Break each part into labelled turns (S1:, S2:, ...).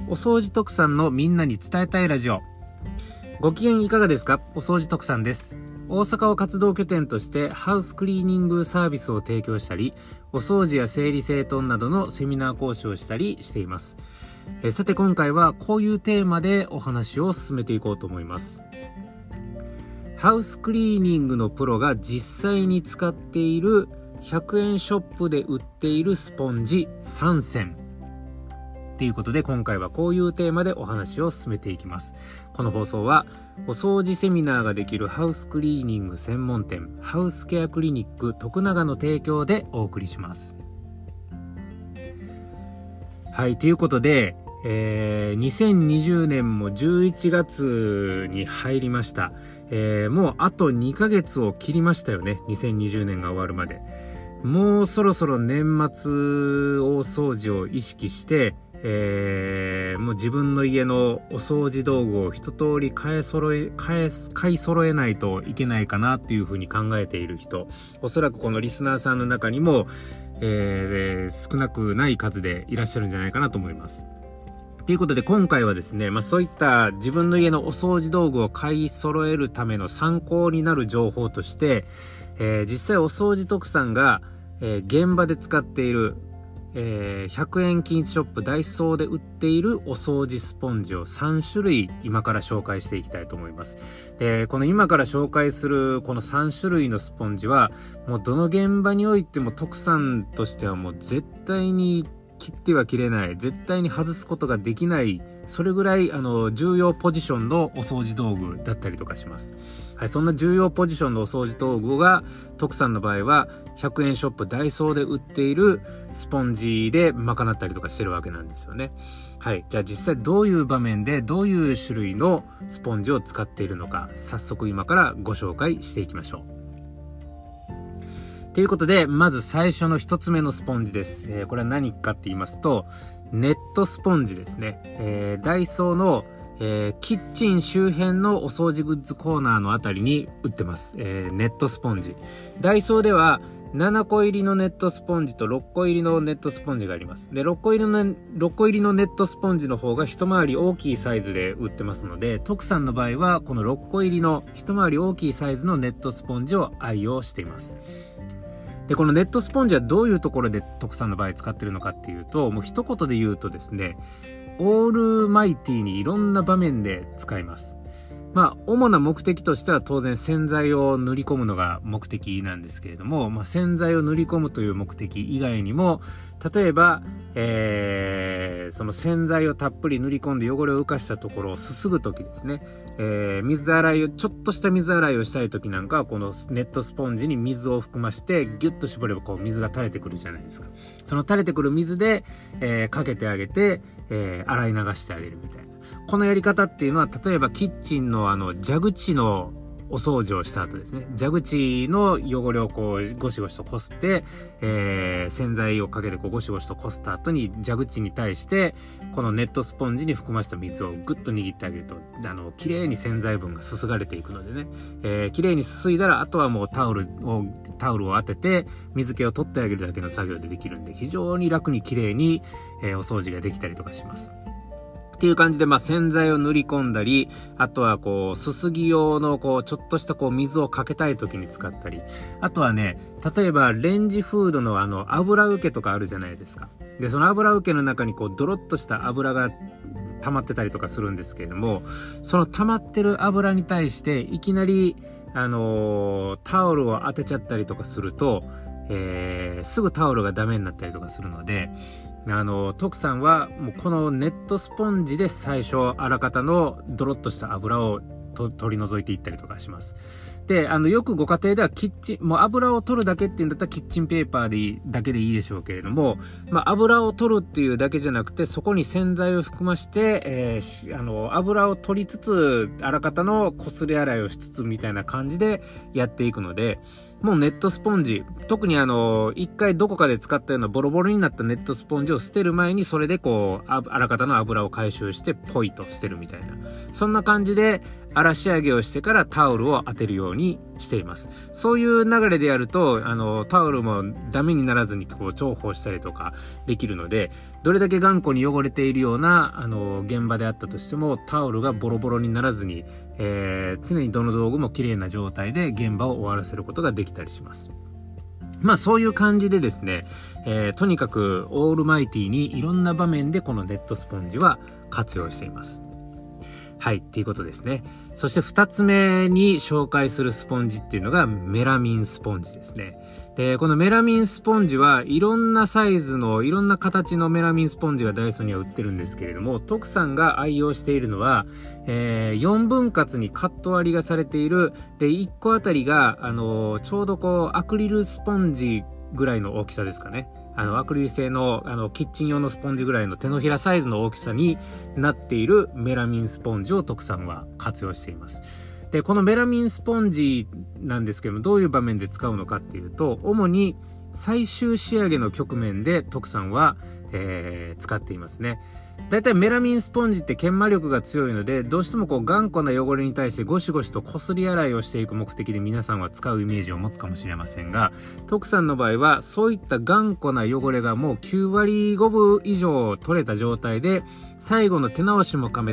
S1: お掃除特産のみんなに伝えたいラジオ。ご機嫌いかがですか？お掃除特産です。大阪を活動拠点としてハウスクリーニングサービスを提供したり、お掃除や整理整頓などのセミナー講師をしたりしています。さて今回はこういうテーマでお話を進めていこうと思います。ハウスクリーニングのプロが実際に使っている100円ショップで売っているスポンジ3選ということで、今回はこういうテーマでお話を進めていきます。この放送はお掃除セミナーができるハウスクリーニング専門店ハウスケアクリニック徳永の提供でお送りします。はい、ということで、2020年も11月に入りました。もうあと2ヶ月を切りましたよね。2020年が終わるまで。もうそろそろ年末大掃除を意識して、もう自分の家のお掃除道具を一通り買い揃えないといけないかなっていうふうに考えている人、おそらくこのリスナーさんの中にも、少なくない数でいらっしゃるんじゃないかなと思います。ということで今回はですね、そういった自分の家のお掃除道具を買い揃えるための参考になる情報として、実際お掃除特産が、現場で使っている、100円均一ショップダイソーで売っているお掃除スポンジを3種類今から紹介していきたいと思います。で、この今から紹介するこの3種類のスポンジはもうどの現場においても特産としてはもう絶対に切っては切れない、絶対に外すことができない、それぐらい重要ポジションのお掃除道具だったりとかします。はい、そんな重要ポジションのお掃除道具が徳さんの場合は100円ショップダイソーで売っているスポンジで賄ったりとかしてるわけなんですよね。はい、じゃあ実際どういう場面でどういう種類のスポンジを使っているのか、早速今からご紹介していきましょう。ということで、まず最初の一つ目のスポンジです。これは何かって言いますと、ネットスポンジですね。ダイソーの、キッチン周辺のお掃除グッズコーナーのあたりに売ってます。ネットスポンジ。ダイソーでは7個入りのネットスポンジと6個入りのネットスポンジがあります。で、6個入りのネットスポンジの方が一回り大きいサイズで売ってますので、徳さんの場合はこの6個入りの一回り大きいサイズのネットスポンジを愛用しています。で、このネットスポンジはどういうところで徳さんの場合使ってるのかっていうと、もう一言で言うとですね、オールマイティにいろんな場面で使います。主な目的としては当然洗剤を塗り込むのが目的なんですけれども、洗剤を塗り込むという目的以外にも、例えば、その洗剤をたっぷり塗り込んで汚れを浮かしたところをすすぐときですね、ちょっとした水洗いをしたいときなんかは、このネットスポンジに水を含ましてギュッと絞れば水が垂れてくるじゃないですか。その垂れてくる水で、かけてあげて、洗い流してあげるみたいな。このやり方っていうのは、例えばキッチンの蛇口のお掃除をした後ですね、蛇口の汚れをゴシゴシとこすって、洗剤をかけてゴシゴシとこすった後に蛇口に対してこのネットスポンジに含ませた水をグッと握ってあげると綺麗に洗剤分がすすがれていくのでね、綺麗にすすいだらあとはもうタオルを当てて水気を取ってあげるだけの作業でできるんで、非常に楽に綺麗に、お掃除ができたりとかします。っていう感じで、洗剤を塗り込んだり、あとはすすぎ用のちょっとした水をかけたい時に使ったり、あとはね、例えばレンジフードの油受けとかあるじゃないですか。で、その油受けの中にドロッとした油が溜まってたりとかするんですけれども、その溜まってる油に対していきなりタオルを当てちゃったりとかすると、すぐタオルがダメになったりとかするので、徳さんはもうこのネットスポンジで最初あらかたのドロッとした油を取り除いていったりとかします。で、よくご家庭ではもう油を取るだけっていうんだったらキッチンペーパーだけでいいでしょうけれども、油を取るっていうだけじゃなくて、そこに洗剤を含まして、油を取りつつ、あらかたのこすり洗いをしつつみたいな感じでやっていくので、もうネットスポンジ、特に一回どこかで使ったようなボロボロになったネットスポンジを捨てる前に、それであらかたの油を回収してポイと捨てるみたいな、そんな感じで荒仕上げをしてからタオルを当てるようにしています。そういう流れでやると、タオルもダメにならずにこう重宝したりとかできるので、どれだけ頑固に汚れているような、現場であったとしても、タオルがボロボロにならずに、常にどの道具も綺麗な状態で現場を終わらせることができたりします。まあそういう感じでですね、とにかくオールマイティにいろんな場面でこのネットスポンジは活用しています。はい、っていうことですね。そして2つ目に紹介するスポンジっていうのがメラミンスポンジですね。で、このメラミンスポンジはいろんなサイズのいろんな形のメラミンスポンジがダイソーには売ってるんですけれども、徳さんが愛用しているのは、4分割にカット割りがされている、で、1個あたりが、ちょうどこう、アクリルスポンジぐらいの大きさですかね。アクリル製の、キッチン用のスポンジぐらいの手のひらサイズの大きさになっているメラミンスポンジを徳さんは活用しています。で、このメラミンスポンジなんですけども、どういう場面で使うのかっていうと、主に最終仕上げの局面で徳さんは、使っていますね。だいたいメラミンスポンジって研磨力が強いので、どうしてもこう頑固な汚れに対してゴシゴシとこすり洗いをしていく目的で皆さんは使うイメージを持つかもしれませんが、徳さんの場合はそういった頑固な汚れがもう9割5分以上取れた状態で、最後の手直しも兼ね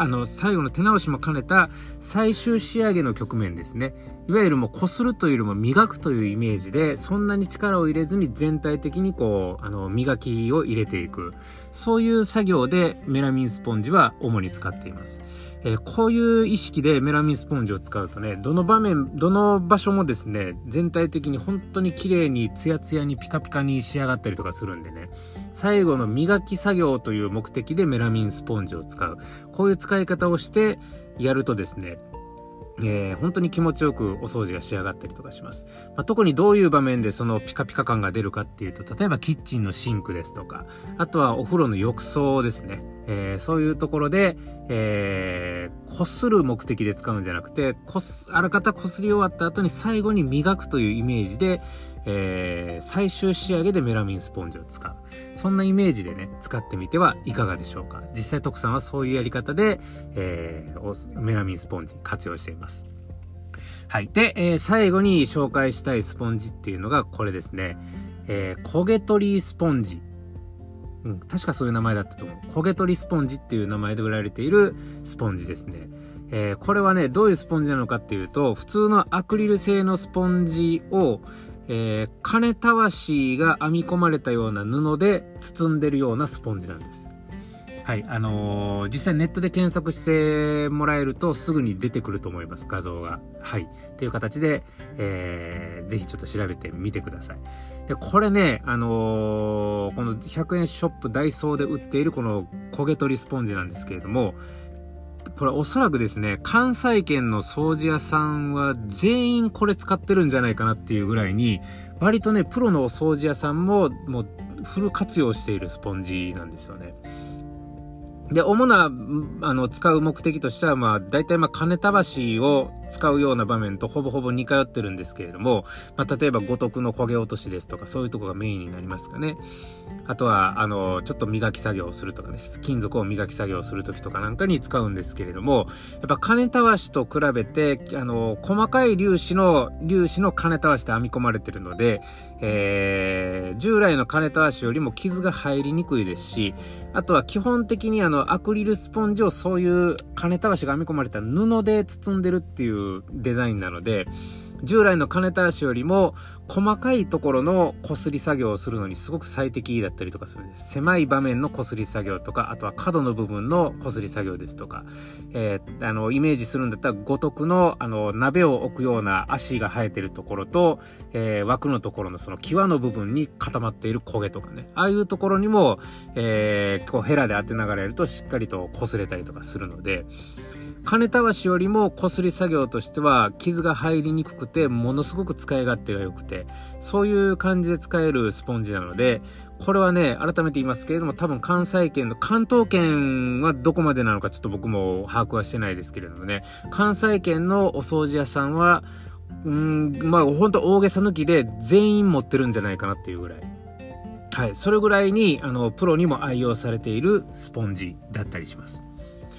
S1: た最終仕上げの局面ですね。いわゆるもうこするというよりも磨くというイメージで、そんなに力を入れずに全体的にこう磨きを入れていく、そういう作業でメラミンスポンジは主に使っています。こういう意識でメラミンスポンジを使うとね、どの場所もですね、全体的に本当に綺麗にツヤツヤにピカピカに仕上がったりとかするんでね、最後の磨き作業という目的でメラミンスポンジを使う、こういう使い方をしてやるとですね、本当に気持ちよくお掃除が仕上がったりとかします。特にどういう場面でそのピカピカ感が出るかっていうと、例えばキッチンのシンクですとか、あとはお風呂の浴槽ですね。そういうところで、こする目的で使うんじゃなくて、あらかたこすり終わった後に最後に磨くというイメージで、最終仕上げでメラミンスポンジを使う。そんなイメージでね、使ってみてはいかがでしょうか。実際徳さんはそういうやり方で、メラミンスポンジ活用しています。はい。で、最後に紹介したいスポンジっていうのがこれですね。焦げ取りスポンジ。確かそういう名前だったと思う。焦げ取りスポンジっていう名前で売られているスポンジですね。これはね、どういうスポンジなのかっていうと、普通のアクリル製のスポンジを金たわしが編み込まれたような布で包んでるようなスポンジなんです。はい。実際ネットで検索してもらえるとすぐに出てくると思います、画像が。はい。っていう形で、ぜひちょっと調べてみてください。で、これね、この100円ショップダイソーで売っているこの焦げ取りスポンジなんですけれども、これおそらくですね、関西圏の掃除屋さんは全員これ使ってるんじゃないかなっていうぐらいに、割とね、プロのお掃除屋さんももうフル活用しているスポンジなんですよね。で、主な、使う目的としては、大体金たわしを使うような場面とほぼほぼ似通ってるんですけれども、例えば五徳の焦げ落としですとか、そういうとこがメインになりますかね。あとは、ちょっと磨き作業をするとかね、金属を磨き作業をするときとかなんかに使うんですけれども、やっぱ金たわしと比べて、細かい粒子の金たわしで編み込まれてるので、従来の金たわしよりも傷が入りにくいですし、あとは基本的にアクリルスポンジをそういう金たわしが編み込まれた布で包んでるっていうデザインなので、従来の金たわしよりも細かいところのこすり作業をするのにすごく最適だったりとかするんです。狭い場面のこすり作業とか、あとは角の部分のこすり作業ですとか、イメージするんだったら五徳の鍋を置くような足が生えてるところと、枠のところのその際の部分に固まっている焦げとかね、ああいうところにも、こうヘラで当てながらやるとしっかりとこすれたりとかするので、金たわしよりもこすり作業としては傷が入りにくくて、ものすごく使い勝手が良くて、そういう感じで使えるスポンジなので、これはね、改めて言いますけれども、多分関東圏はどこまでなのかちょっと僕も把握はしてないですけれどもね、関西圏のお掃除屋さんは、ほんと大げさ抜きで全員持ってるんじゃないかなっていうぐらい。はい。それぐらいに、プロにも愛用されているスポンジだったりします。は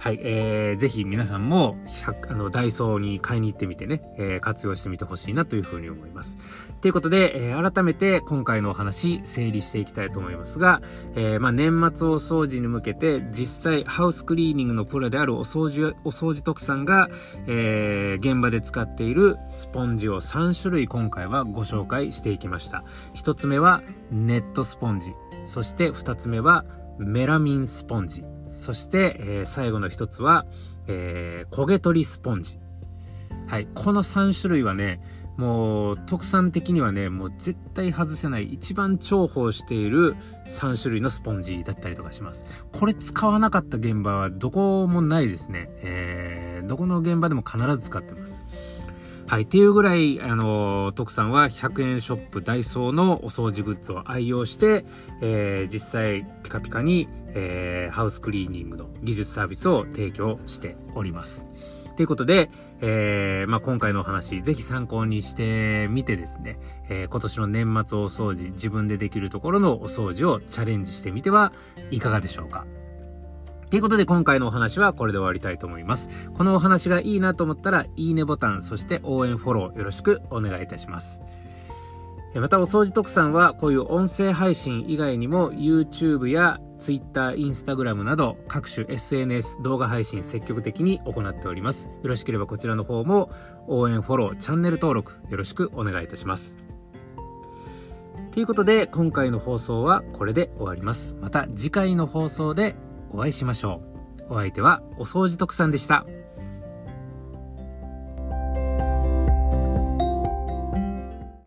S1: はい、ぜひ皆さんもダイソーに買いに行ってみてね、活用してみてほしいなというふうに思います。ということで、改めて今回のお話整理していきたいと思いますが、年末お掃除に向けて実際ハウスクリーニングのプロであるお掃除特産が、現場で使っているスポンジを3種類今回はご紹介していきました。1つ目はネットスポンジ、そして2つ目はメラミンスポンジ、そして、最後の一つは、焦げ取りスポンジ。はい。この3種類はね、もう特産的にはね、もう絶対外せない一番重宝している3種類のスポンジだったりとかします。これ使わなかった現場はどこもないですね。どこの現場でも必ず使ってます。はい。っていうぐらい、徳さんは100円ショップダイソーのお掃除グッズを愛用して、実際ピカピカに、ハウスクリーニングの技術サービスを提供しております。ということで、今回のお話、ぜひ参考にしてみてですね、今年の年末お掃除、自分でできるところのお掃除をチャレンジしてみてはいかがでしょうか。ということで今回のお話はこれで終わりたいと思います。このお話がいいなと思ったらいいねボタン、そして応援フォローよろしくお願いいたします。またお掃除特産はこういう音声配信以外にも YouTube や Twitter、Instagram など各種 SNS 動画配信積極的に行っております。よろしければこちらの方も応援フォロー、チャンネル登録よろしくお願いいたします。ということで今回の放送はこれで終わります。また次回の放送でお会いしましょう。お相手はお掃除特産でした。